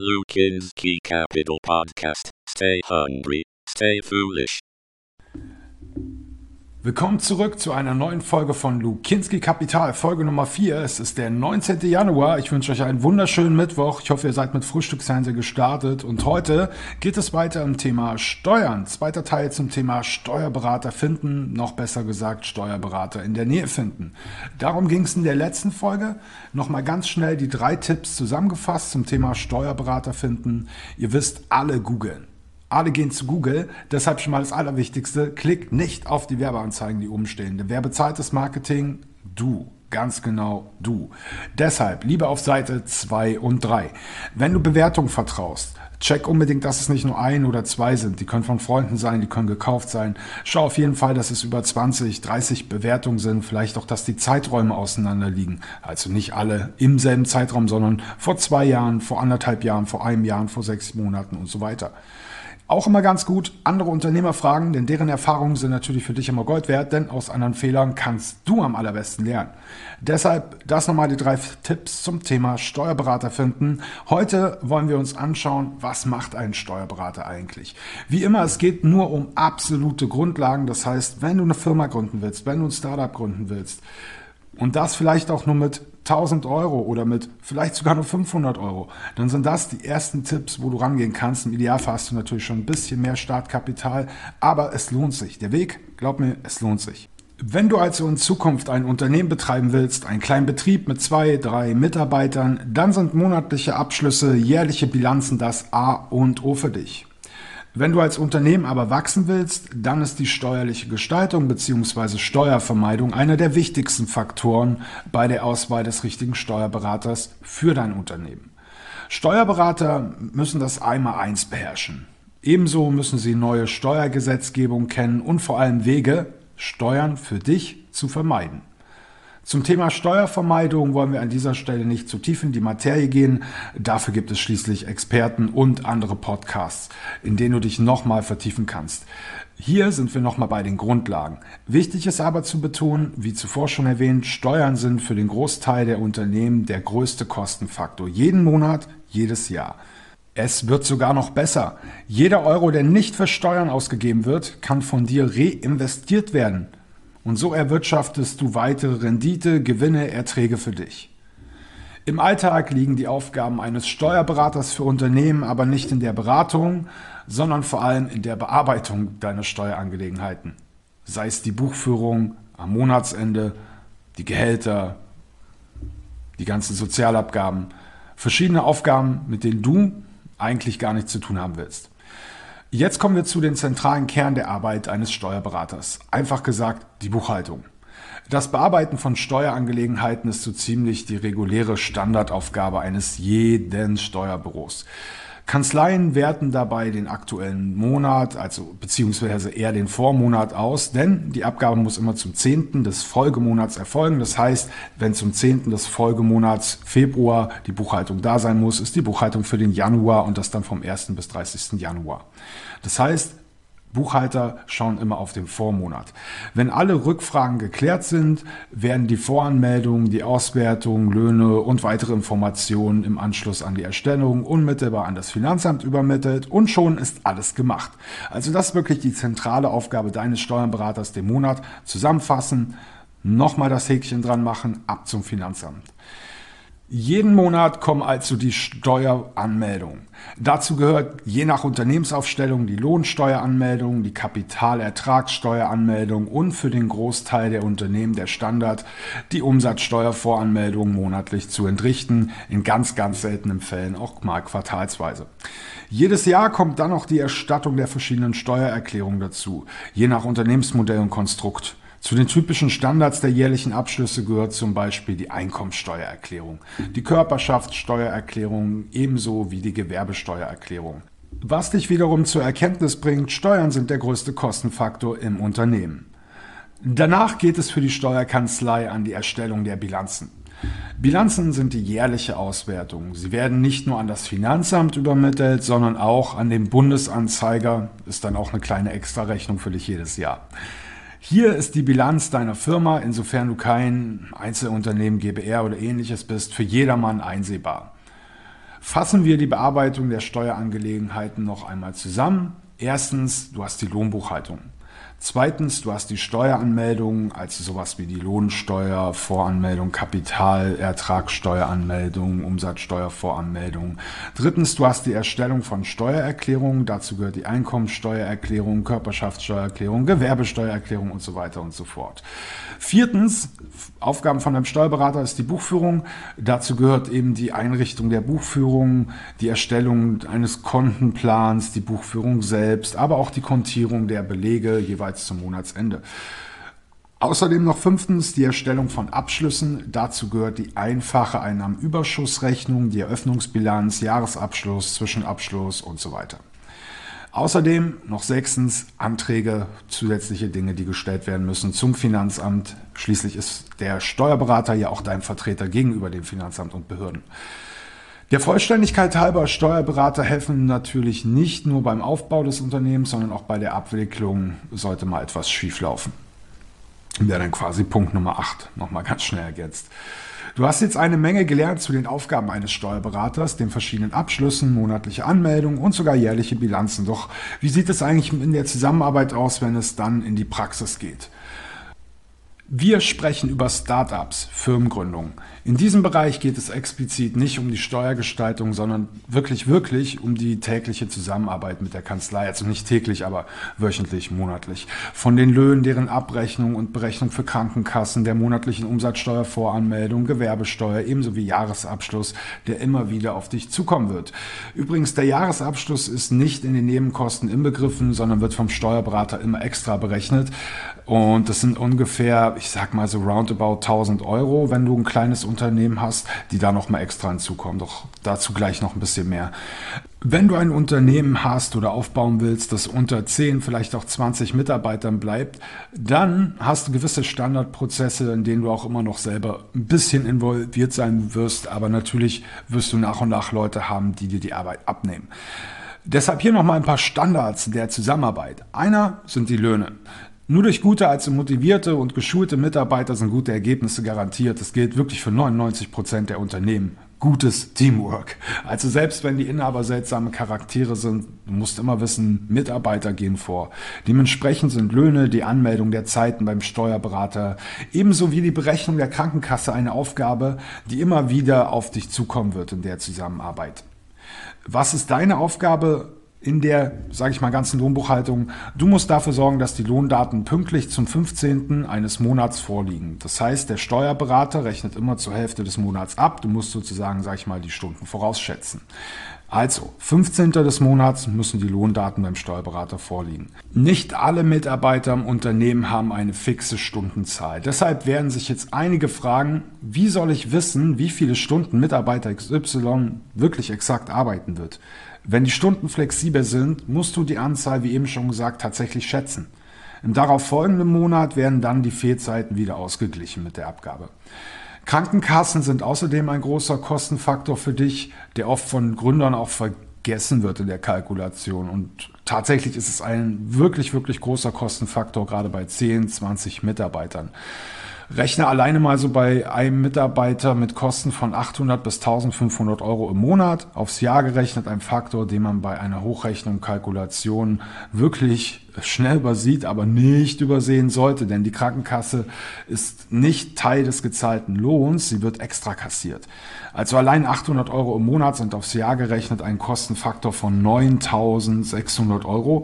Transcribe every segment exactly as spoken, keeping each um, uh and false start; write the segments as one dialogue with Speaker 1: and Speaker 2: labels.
Speaker 1: Lukinski Capital Podcast. Stay hungry, stay foolish.
Speaker 2: Willkommen zurück zu einer neuen Folge von Lukinski Kapital, Folge Nummer vier. Es ist der neunzehnte Januar. Ich wünsche euch einen wunderschönen Mittwoch. Ich hoffe, ihr seid mit Frühstücksfernsehen gestartet. Und heute geht es weiter im Thema Steuern. Zweiter Teil zum Thema Steuerberater finden, noch besser gesagt Steuerberater in der Nähe finden. Darum ging es in der letzten Folge. Nochmal ganz schnell die drei Tipps zusammengefasst zum Thema Steuerberater finden. Ihr wisst, alle googeln. Alle gehen zu Google, deshalb schon mal das Allerwichtigste, klick nicht auf die Werbeanzeigen, die oben stehen. Denn wer bezahlt das Marketing? Du, ganz genau du. Deshalb lieber auf Seite zwei und drei. Wenn du Bewertungen vertraust, check unbedingt, dass es nicht nur ein oder zwei sind. Die können von Freunden sein, die können gekauft sein. Schau auf jeden Fall, dass es über zwanzig, dreißig Bewertungen sind. Vielleicht auch, dass die Zeiträume auseinander liegen. Also nicht alle im selben Zeitraum, sondern vor zwei Jahren, vor anderthalb Jahren, vor einem Jahr, vor sechs Monaten und so weiter. Auch immer ganz gut, andere Unternehmer fragen, denn deren Erfahrungen sind natürlich für dich immer Gold wert, denn aus anderen Fehlern kannst du am allerbesten lernen. Deshalb das nochmal die drei Tipps zum Thema Steuerberater finden. Heute wollen wir uns anschauen, was macht ein Steuerberater eigentlich? Wie immer, es geht nur um absolute Grundlagen. Das heißt, wenn du eine Firma gründen willst, wenn du ein Startup gründen willst, und das vielleicht auch nur mit tausend Euro oder mit vielleicht sogar nur fünfhundert Euro, dann sind das die ersten Tipps, wo du rangehen kannst. Im Idealfall hast du natürlich schon ein bisschen mehr Startkapital, aber es lohnt sich. Der Weg, glaub mir, es lohnt sich. Wenn du also in Zukunft ein Unternehmen betreiben willst, einen kleinen Betrieb mit zwei, drei Mitarbeitern, dann sind monatliche Abschlüsse, jährliche Bilanzen das A und O für dich. Wenn du als Unternehmen aber wachsen willst, dann ist die steuerliche Gestaltung bzw. Steuervermeidung einer der wichtigsten Faktoren bei der Auswahl des richtigen Steuerberaters für dein Unternehmen. Steuerberater müssen das Einmaleins beherrschen. Ebenso müssen sie neue Steuergesetzgebung kennen und vor allem Wege, Steuern für dich zu vermeiden. Zum Thema Steuervermeidung wollen wir an dieser Stelle nicht zu tief in die Materie gehen. Dafür gibt es schließlich Experten und andere Podcasts, in denen du dich nochmal vertiefen kannst. Hier sind wir nochmal bei den Grundlagen. Wichtig ist aber zu betonen, wie zuvor schon erwähnt, Steuern sind für den Großteil der Unternehmen der größte Kostenfaktor. Jeden Monat, jedes Jahr. Es wird sogar noch besser. Jeder Euro, der nicht für Steuern ausgegeben wird, kann von dir reinvestiert werden. Und so erwirtschaftest du weitere Rendite, Gewinne, Erträge für dich. Im Alltag liegen die Aufgaben eines Steuerberaters für Unternehmen aber nicht in der Beratung, sondern vor allem in der Bearbeitung deiner Steuerangelegenheiten. Sei es die Buchführung am Monatsende, die Gehälter, die ganzen Sozialabgaben, verschiedene Aufgaben, mit denen du eigentlich gar nichts zu tun haben willst. Jetzt kommen wir zu den zentralen Kern der Arbeit eines Steuerberaters. Einfach gesagt, die Buchhaltung. Das Bearbeiten von Steuerangelegenheiten ist so ziemlich die reguläre Standardaufgabe eines jeden Steuerbüros. Kanzleien werten dabei den aktuellen Monat, also beziehungsweise eher den Vormonat aus, denn die Abgabe muss immer zum zehnten des Folgemonats erfolgen. Das heißt, wenn zum zehnten des Folgemonats Februar die Buchhaltung da sein muss, ist die Buchhaltung für den Januar und das dann vom ersten bis dreißigsten Januar. Das heißt, Buchhalter schauen immer auf den Vormonat. Wenn alle Rückfragen geklärt sind, werden die Voranmeldungen, die Auswertung, Löhne und weitere Informationen im Anschluss an die Erstellung unmittelbar an das Finanzamt übermittelt und schon ist alles gemacht. Also das ist wirklich die zentrale Aufgabe deines Steuerberaters, den Monat zusammenfassen, nochmal das Häkchen dran machen, ab zum Finanzamt. Jeden Monat kommen also die Steueranmeldungen. Dazu gehört je nach Unternehmensaufstellung die Lohnsteueranmeldung, die Kapitalertragssteueranmeldung und für den Großteil der Unternehmen der Standard, die Umsatzsteuervoranmeldung monatlich zu entrichten, in ganz, ganz seltenen Fällen auch mal quartalsweise. Jedes Jahr kommt dann noch die Erstattung der verschiedenen Steuererklärungen dazu, je nach Unternehmensmodell und Konstrukt. Zu den typischen Standards der jährlichen Abschlüsse gehört zum Beispiel die Einkommensteuererklärung, die Körperschaftssteuererklärung ebenso wie die Gewerbesteuererklärung. Was dich wiederum zur Erkenntnis bringt, Steuern sind der größte Kostenfaktor im Unternehmen. Danach geht es für die Steuerkanzlei an die Erstellung der Bilanzen. Bilanzen sind die jährliche Auswertung. Sie werden nicht nur an das Finanzamt übermittelt, sondern auch an den Bundesanzeiger. Ist dann auch eine kleine Extrarechnung für dich jedes Jahr. Hier ist die Bilanz deiner Firma, insofern du kein Einzelunternehmen, GbR oder ähnliches bist, für jedermann einsehbar. Fassen wir die Bearbeitung der Steuerangelegenheiten noch einmal zusammen. Erstens, du hast die Lohnbuchhaltung. Zweitens, du hast die Steueranmeldung, also sowas wie die Lohnsteuervoranmeldung, Kapitalertragssteueranmeldung, Umsatzsteuervoranmeldung. Drittens, du hast die Erstellung von Steuererklärungen, dazu gehört die Einkommensteuererklärung, Körperschaftssteuererklärung, Gewerbesteuererklärung und so weiter und so fort. Viertens, Aufgaben von einem Steuerberater ist die Buchführung. Dazu gehört eben die Einrichtung der Buchführung, die Erstellung eines Kontenplans, die Buchführung selbst, aber auch die Kontierung der Belege jeweils zum Monatsende. Außerdem noch fünftens die Erstellung von Abschlüssen. Dazu gehört die einfache Einnahmenüberschussrechnung, die Eröffnungsbilanz, Jahresabschluss, Zwischenabschluss und so weiter. Außerdem noch sechstens Anträge, zusätzliche Dinge, die gestellt werden müssen zum Finanzamt. Schließlich ist der Steuerberater ja auch dein Vertreter gegenüber dem Finanzamt und Behörden. Der Vollständigkeit halber, Steuerberater helfen natürlich nicht nur beim Aufbau des Unternehmens, sondern auch bei der Abwicklung sollte mal etwas schief laufen. Wäre dann quasi Punkt Nummer acht, nochmal ganz schnell ergänzt. Du hast jetzt eine Menge gelernt zu den Aufgaben eines Steuerberaters, den verschiedenen Abschlüssen, monatliche Anmeldungen und sogar jährliche Bilanzen. Doch wie sieht es eigentlich in der Zusammenarbeit aus, wenn es dann in die Praxis geht? Wir sprechen über Startups, Firmengründung. In diesem Bereich geht es explizit nicht um die Steuergestaltung, sondern wirklich, wirklich um die tägliche Zusammenarbeit mit der Kanzlei. Also nicht täglich, aber wöchentlich, monatlich. Von den Löhnen, deren Abrechnung und Berechnung für Krankenkassen, der monatlichen Umsatzsteuervoranmeldung, Gewerbesteuer, ebenso wie Jahresabschluss, der immer wieder auf dich zukommen wird. Übrigens, der Jahresabschluss ist nicht in den Nebenkosten inbegriffen, sondern wird vom Steuerberater immer extra berechnet. Und das sind ungefähr, ich sag mal so roundabout tausend Euro, wenn du ein kleines Unternehmen hast, die da nochmal extra hinzukommen. Doch dazu gleich noch ein bisschen mehr. Wenn du ein Unternehmen hast oder aufbauen willst, das unter zehn, vielleicht auch zwanzig Mitarbeitern bleibt, dann hast du gewisse Standardprozesse, in denen du auch immer noch selber ein bisschen involviert sein wirst. Aber natürlich wirst du nach und nach Leute haben, die dir die Arbeit abnehmen. Deshalb hier nochmal ein paar Standards der Zusammenarbeit. Einer sind die Löhne. Nur durch gute, also motivierte und geschulte Mitarbeiter sind gute Ergebnisse garantiert. Das gilt wirklich für neunundneunzig Prozent der Unternehmen. Gutes Teamwork. Also selbst wenn die Inhaber seltsame Charaktere sind, du musst immer wissen, Mitarbeiter gehen vor. Dementsprechend sind Löhne, die Anmeldung der Zeiten beim Steuerberater, ebenso wie die Berechnung der Krankenkasse eine Aufgabe, die immer wieder auf dich zukommen wird in der Zusammenarbeit. Was ist deine Aufgabe in der, sage ich mal, ganzen Lohnbuchhaltung? Du musst dafür sorgen, dass die Lohndaten pünktlich zum fünfzehnten eines Monats vorliegen. Das heißt, der Steuerberater rechnet immer zur Hälfte des Monats ab. Du musst sozusagen, sage ich mal, die Stunden vorausschätzen. Also, fünfzehnten des Monats müssen die Lohndaten beim Steuerberater vorliegen. Nicht alle Mitarbeiter im Unternehmen haben eine fixe Stundenzahl. Deshalb werden sich jetzt einige fragen, wie soll ich wissen, wie viele Stunden Mitarbeiter X Y wirklich exakt arbeiten wird? Wenn die Stunden flexibel sind, musst du die Anzahl, wie eben schon gesagt, tatsächlich schätzen. Im darauf folgenden Monat werden dann die Fehlzeiten wieder ausgeglichen mit der Abgabe. Krankenkassen sind außerdem ein großer Kostenfaktor für dich, der oft von Gründern auch vergessen wird in der Kalkulation. Und tatsächlich ist es ein wirklich, wirklich großer Kostenfaktor, gerade bei zehn, zwanzig Mitarbeitern. Rechne alleine mal so bei einem Mitarbeiter mit Kosten von achthundert bis eintausendfünfhundert Euro im Monat. Aufs Jahr gerechnet ein Faktor, den man bei einer Hochrechnung, Kalkulation wirklich schnell übersieht, aber nicht übersehen sollte. Denn die Krankenkasse ist nicht Teil des gezahlten Lohns, sie wird extra kassiert. Also allein achthundert Euro im Monat sind aufs Jahr gerechnet ein Kostenfaktor von neuntausendsechshundert Euro.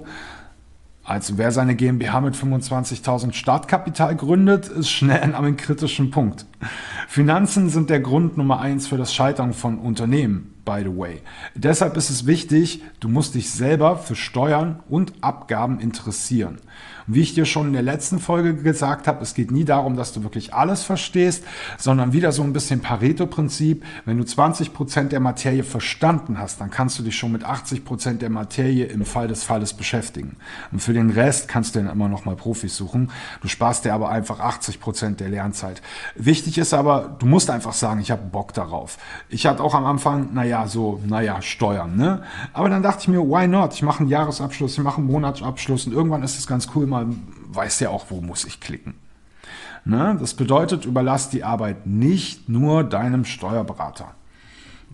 Speaker 2: Also wer seine GmbH mit fünfundzwanzigtausend Startkapital gründet, ist schnell an einem kritischen Punkt. Finanzen sind der Grund Nummer eins für das Scheitern von Unternehmen, by the way. Deshalb ist es wichtig, du musst dich selber für Steuern und Abgaben interessieren. Und wie ich dir schon in der letzten Folge gesagt habe, es geht nie darum, dass du wirklich alles verstehst, sondern wieder so ein bisschen Pareto-Prinzip. Wenn du zwanzig Prozent der Materie verstanden hast, dann kannst du dich schon mit achtzig Prozent der Materie im Fall des Falles beschäftigen. Und für den Rest kannst du dann immer noch mal Profis suchen. Du sparst dir aber einfach achtzig Prozent der Lernzeit. Wichtig ist aber, du musst einfach sagen, ich habe Bock darauf. Ich hatte auch am Anfang, naja, so, naja, Steuern, ne? Aber dann dachte ich mir, why not? Ich mache einen Jahresabschluss, ich mache einen Monatsabschluss und irgendwann ist es ganz cool, man weiß ja auch, wo muss ich klicken. Ne? Das bedeutet, überlass die Arbeit nicht nur deinem Steuerberater.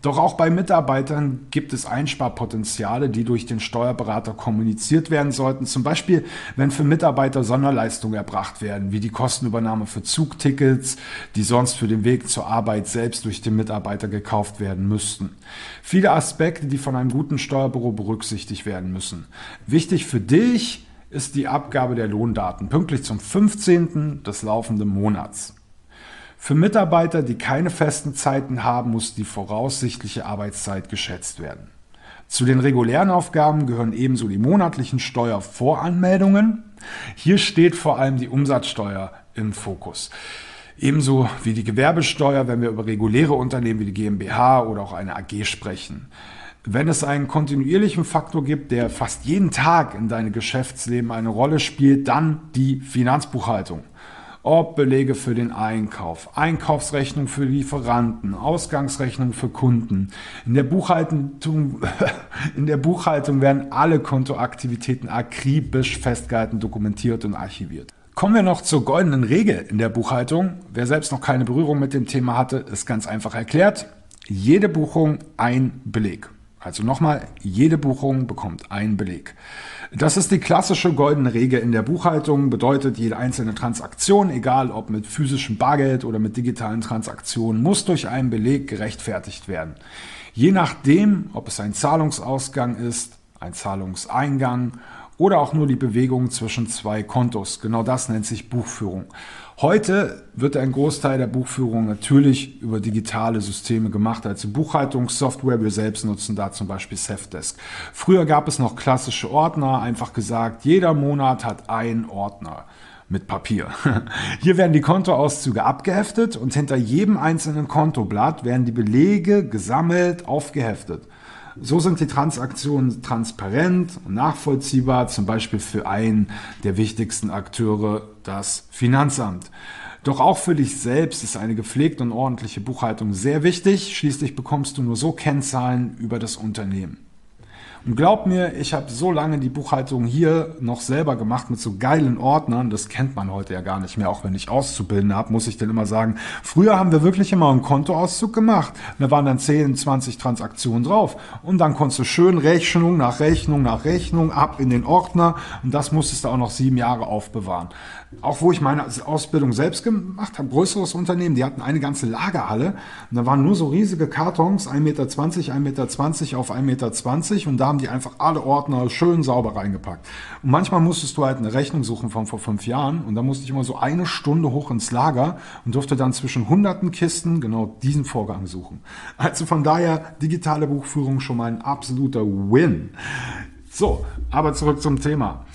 Speaker 2: Doch auch bei Mitarbeitern gibt es Einsparpotenziale, die durch den Steuerberater kommuniziert werden sollten. Zum Beispiel, wenn für Mitarbeiter Sonderleistungen erbracht werden, wie die Kostenübernahme für Zugtickets, die sonst für den Weg zur Arbeit selbst durch den Mitarbeiter gekauft werden müssten. Viele Aspekte, die von einem guten Steuerbüro berücksichtigt werden müssen. Wichtig für dich ist die Abgabe der Lohndaten pünktlich zum fünfzehnten des laufenden Monats. Für Mitarbeiter, die keine festen Zeiten haben, muss die voraussichtliche Arbeitszeit geschätzt werden. Zu den regulären Aufgaben gehören ebenso die monatlichen Steuervoranmeldungen. Hier steht vor allem die Umsatzsteuer im Fokus. Ebenso wie die Gewerbesteuer, wenn wir über reguläre Unternehmen wie die GmbH oder auch eine A G sprechen. Wenn es einen kontinuierlichen Faktor gibt, der fast jeden Tag in deinem Geschäftsleben eine Rolle spielt, dann die Finanzbuchhaltung. Ob Belege für den Einkauf, Einkaufsrechnung für Lieferanten, Ausgangsrechnung für Kunden. In der Buchhaltung, in der Buchhaltung werden alle Kontoaktivitäten akribisch festgehalten, dokumentiert und archiviert. Kommen wir noch zur goldenen Regel in der Buchhaltung. Wer selbst noch keine Berührung mit dem Thema hatte, ist ganz einfach erklärt. Jede Buchung ein Beleg. Also nochmal, jede Buchung bekommt einen Beleg. Das ist die klassische goldene Regel in der Buchhaltung, bedeutet, jede einzelne Transaktion, egal ob mit physischem Bargeld oder mit digitalen Transaktionen, muss durch einen Beleg gerechtfertigt werden. Je nachdem, ob es ein Zahlungsausgang ist, ein Zahlungseingang oder auch nur die Bewegung zwischen zwei Kontos. Genau das nennt sich Buchführung. Heute wird ein Großteil der Buchführung natürlich über digitale Systeme gemacht, also Buchhaltungssoftware. Wir selbst nutzen da zum Beispiel Safdesk. Früher gab es noch klassische Ordner, einfach gesagt, jeder Monat hat einen Ordner mit Papier. Hier werden die Kontoauszüge abgeheftet und hinter jedem einzelnen Kontoblatt werden die Belege gesammelt, aufgeheftet. So sind die Transaktionen transparent und nachvollziehbar, zum Beispiel für einen der wichtigsten Akteure, das Finanzamt. Doch auch für dich selbst ist eine gepflegte und ordentliche Buchhaltung sehr wichtig. Schließlich bekommst du nur so Kennzahlen über das Unternehmen. Und glaub mir, ich habe so lange die Buchhaltung hier noch selber gemacht mit so geilen Ordnern. Das kennt man heute ja gar nicht mehr, auch wenn ich Auszubildende habe, muss ich dann immer sagen. Früher haben wir wirklich immer einen Kontoauszug gemacht. Da waren dann zehn, zwanzig Transaktionen drauf. Und dann konntest du schön Rechnung nach Rechnung nach Rechnung ab in den Ordner. Und das musstest du auch noch sieben Jahre aufbewahren. Auch wo ich meine Ausbildung selbst gemacht habe, größeres Unternehmen, die hatten eine ganze Lagerhalle. Und da waren nur so riesige Kartons, ein Meter zwanzig, ein Meter zwanzig auf ein Meter zwanzig. Und da haben die einfach alle Ordner schön sauber reingepackt. Und manchmal musstest du halt eine Rechnung suchen von vor fünf Jahren und da musste ich immer so eine Stunde hoch ins Lager und durfte dann zwischen hunderten Kisten genau diesen Vorgang suchen. Also von daher digitale Buchführung schon mal ein absoluter Win. So, aber zurück zum Thema.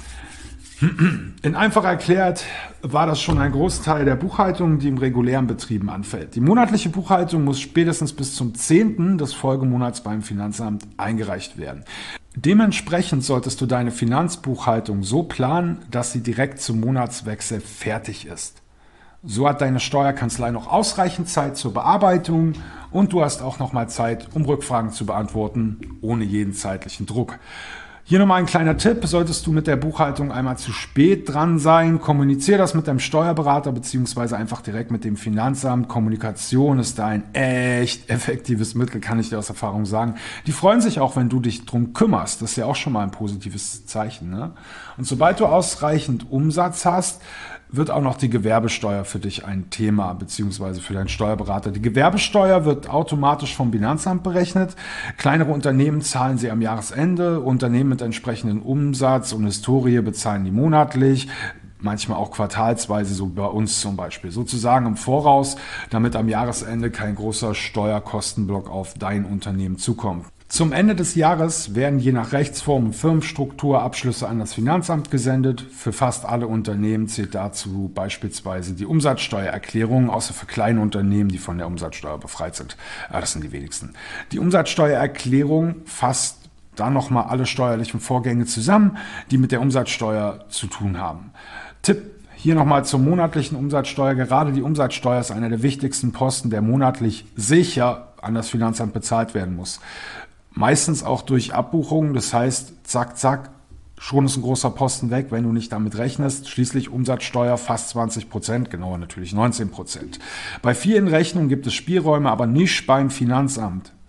Speaker 2: In einfach erklärt war das schon ein Großteil der Buchhaltung, die im regulären Betrieben anfällt. Die monatliche Buchhaltung muss spätestens bis zum zehnten des Folgemonats beim Finanzamt eingereicht werden. Dementsprechend solltest du deine Finanzbuchhaltung so planen, dass sie direkt zum Monatswechsel fertig ist. So hat deine Steuerkanzlei noch ausreichend Zeit zur Bearbeitung und du hast auch noch mal Zeit, um Rückfragen zu beantworten, ohne jeden zeitlichen Druck. Hier nochmal ein kleiner Tipp, solltest du mit der Buchhaltung einmal zu spät dran sein, kommuniziere das mit deinem Steuerberater beziehungsweise einfach direkt mit dem Finanzamt. Kommunikation ist da ein echt effektives Mittel, kann ich dir aus Erfahrung sagen. Die freuen sich auch, wenn du dich drum kümmerst, das ist ja auch schon mal ein positives Zeichen, ne? Und sobald du ausreichend Umsatz hast, wird auch noch die Gewerbesteuer für dich ein Thema, beziehungsweise für deinen Steuerberater. Die Gewerbesteuer wird automatisch vom Finanzamt berechnet. Kleinere Unternehmen zahlen sie am Jahresende. Unternehmen mit entsprechendem Umsatz und Historie bezahlen die monatlich. Manchmal auch quartalsweise, so bei uns zum Beispiel. Sozusagen im Voraus, damit am Jahresende kein großer Steuerkostenblock auf dein Unternehmen zukommt. Zum Ende des Jahres werden je nach Rechtsform und Firmenstruktur Abschlüsse an das Finanzamt gesendet. Für fast alle Unternehmen zählt dazu beispielsweise die Umsatzsteuererklärung, außer für kleine Unternehmen, die von der Umsatzsteuer befreit sind. Ja, das sind die wenigsten. Die Umsatzsteuererklärung fasst dann nochmal alle steuerlichen Vorgänge zusammen, die mit der Umsatzsteuer zu tun haben. Tipp hier nochmal zur monatlichen Umsatzsteuer. Gerade die Umsatzsteuer ist einer der wichtigsten Posten, der monatlich sicher an das Finanzamt bezahlt werden muss. Meistens auch durch Abbuchungen, das heißt, zack, zack, schon ist ein großer Posten weg, wenn du nicht damit rechnest. Schließlich Umsatzsteuer fast zwanzig Prozent, genauer natürlich neunzehn Prozent. Bei vielen Rechnungen gibt es Spielräume, aber nicht beim Finanzamt.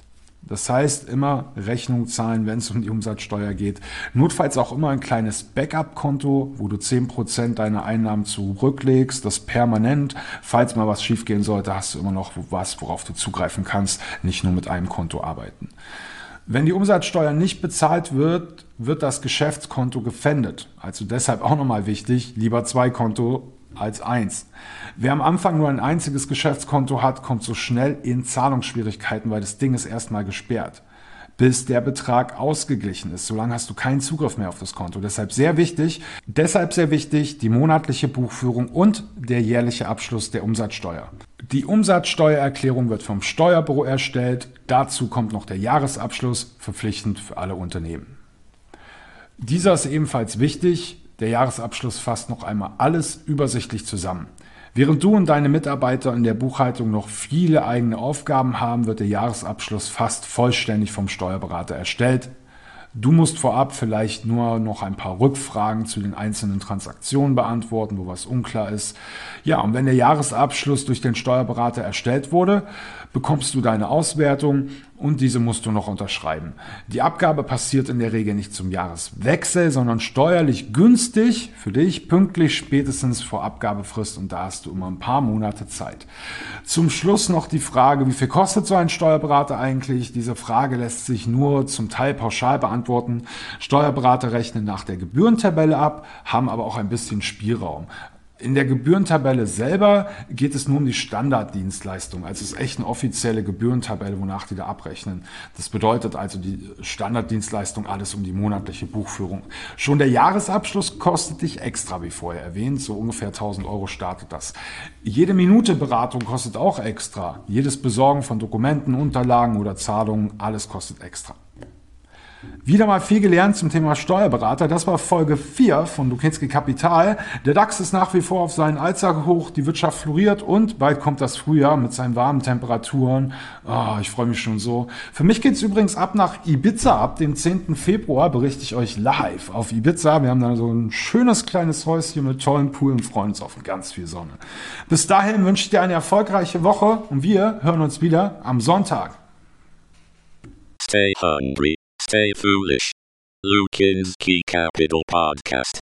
Speaker 2: Das heißt, immer Rechnung zahlen, wenn es um die Umsatzsteuer geht. Notfalls auch immer ein kleines Backup-Konto, wo du zehn Prozent deiner Einnahmen zurücklegst, das permanent. Falls mal was schiefgehen sollte, hast du immer noch was, worauf du zugreifen kannst, nicht nur mit einem Konto arbeiten. Wenn die Umsatzsteuer nicht bezahlt wird, wird das Geschäftskonto gefändet. Also deshalb auch nochmal wichtig, lieber zwei Konto als eins. Wer am Anfang nur ein einziges Geschäftskonto hat, kommt so schnell in Zahlungsschwierigkeiten, weil das Ding ist erstmal gesperrt, bis der Betrag ausgeglichen ist. Solange hast du keinen Zugriff mehr auf das Konto. Deshalb sehr wichtig, deshalb sehr wichtig, die monatliche Buchführung und der jährliche Abschluss der Umsatzsteuer. Die Umsatzsteuererklärung wird vom Steuerbüro erstellt. Dazu kommt noch der Jahresabschluss, verpflichtend für alle Unternehmen. Dieser ist ebenfalls wichtig. Der Jahresabschluss fasst noch einmal alles übersichtlich zusammen. Während du und deine Mitarbeiter in der Buchhaltung noch viele eigene Aufgaben haben, wird der Jahresabschluss fast vollständig vom Steuerberater erstellt. Du musst vorab vielleicht nur noch ein paar Rückfragen zu den einzelnen Transaktionen beantworten, wo was unklar ist. Ja, und wenn der Jahresabschluss durch den Steuerberater erstellt wurde, bekommst du deine Auswertung und diese musst du noch unterschreiben. Die Abgabe passiert in der Regel nicht zum Jahreswechsel, sondern steuerlich günstig für dich, pünktlich spätestens vor Abgabefrist, und da hast du immer ein paar Monate Zeit. Zum Schluss noch die Frage, wie viel kostet so ein Steuerberater eigentlich? Diese Frage lässt sich nur zum Teil pauschal beantworten. Steuerberater rechnen nach der Gebührentabelle ab, haben aber auch ein bisschen Spielraum. In der Gebührentabelle selber geht es nur um die Standarddienstleistung. Also es ist echt eine offizielle Gebührentabelle, wonach die da abrechnen. Das bedeutet also die Standarddienstleistung, alles um die monatliche Buchführung. Schon der Jahresabschluss kostet dich extra, wie vorher erwähnt. So ungefähr tausend Euro startet das. Jede Minute Beratung kostet auch extra. Jedes Besorgen von Dokumenten, Unterlagen oder Zahlungen, alles kostet extra. Wieder mal viel gelernt zum Thema Steuerberater. Das war Folge vier von Lukinski Kapital. Der DAX ist nach wie vor auf seinen Allzeithoch, die Wirtschaft floriert und bald kommt das Frühjahr mit seinen warmen Temperaturen. Oh, ich freue mich schon so. Für mich geht es übrigens ab nach Ibiza. Ab dem zehnten Februar berichte ich euch live auf Ibiza. Wir haben da so ein schönes kleines Häuschen mit tollen Pool und freuen uns auf ganz viel Sonne. Bis dahin wünsche ich dir eine erfolgreiche Woche und wir hören uns wieder am Sonntag.
Speaker 1: Stay hungry. Stay foolish. Lukinski Capital Podcast.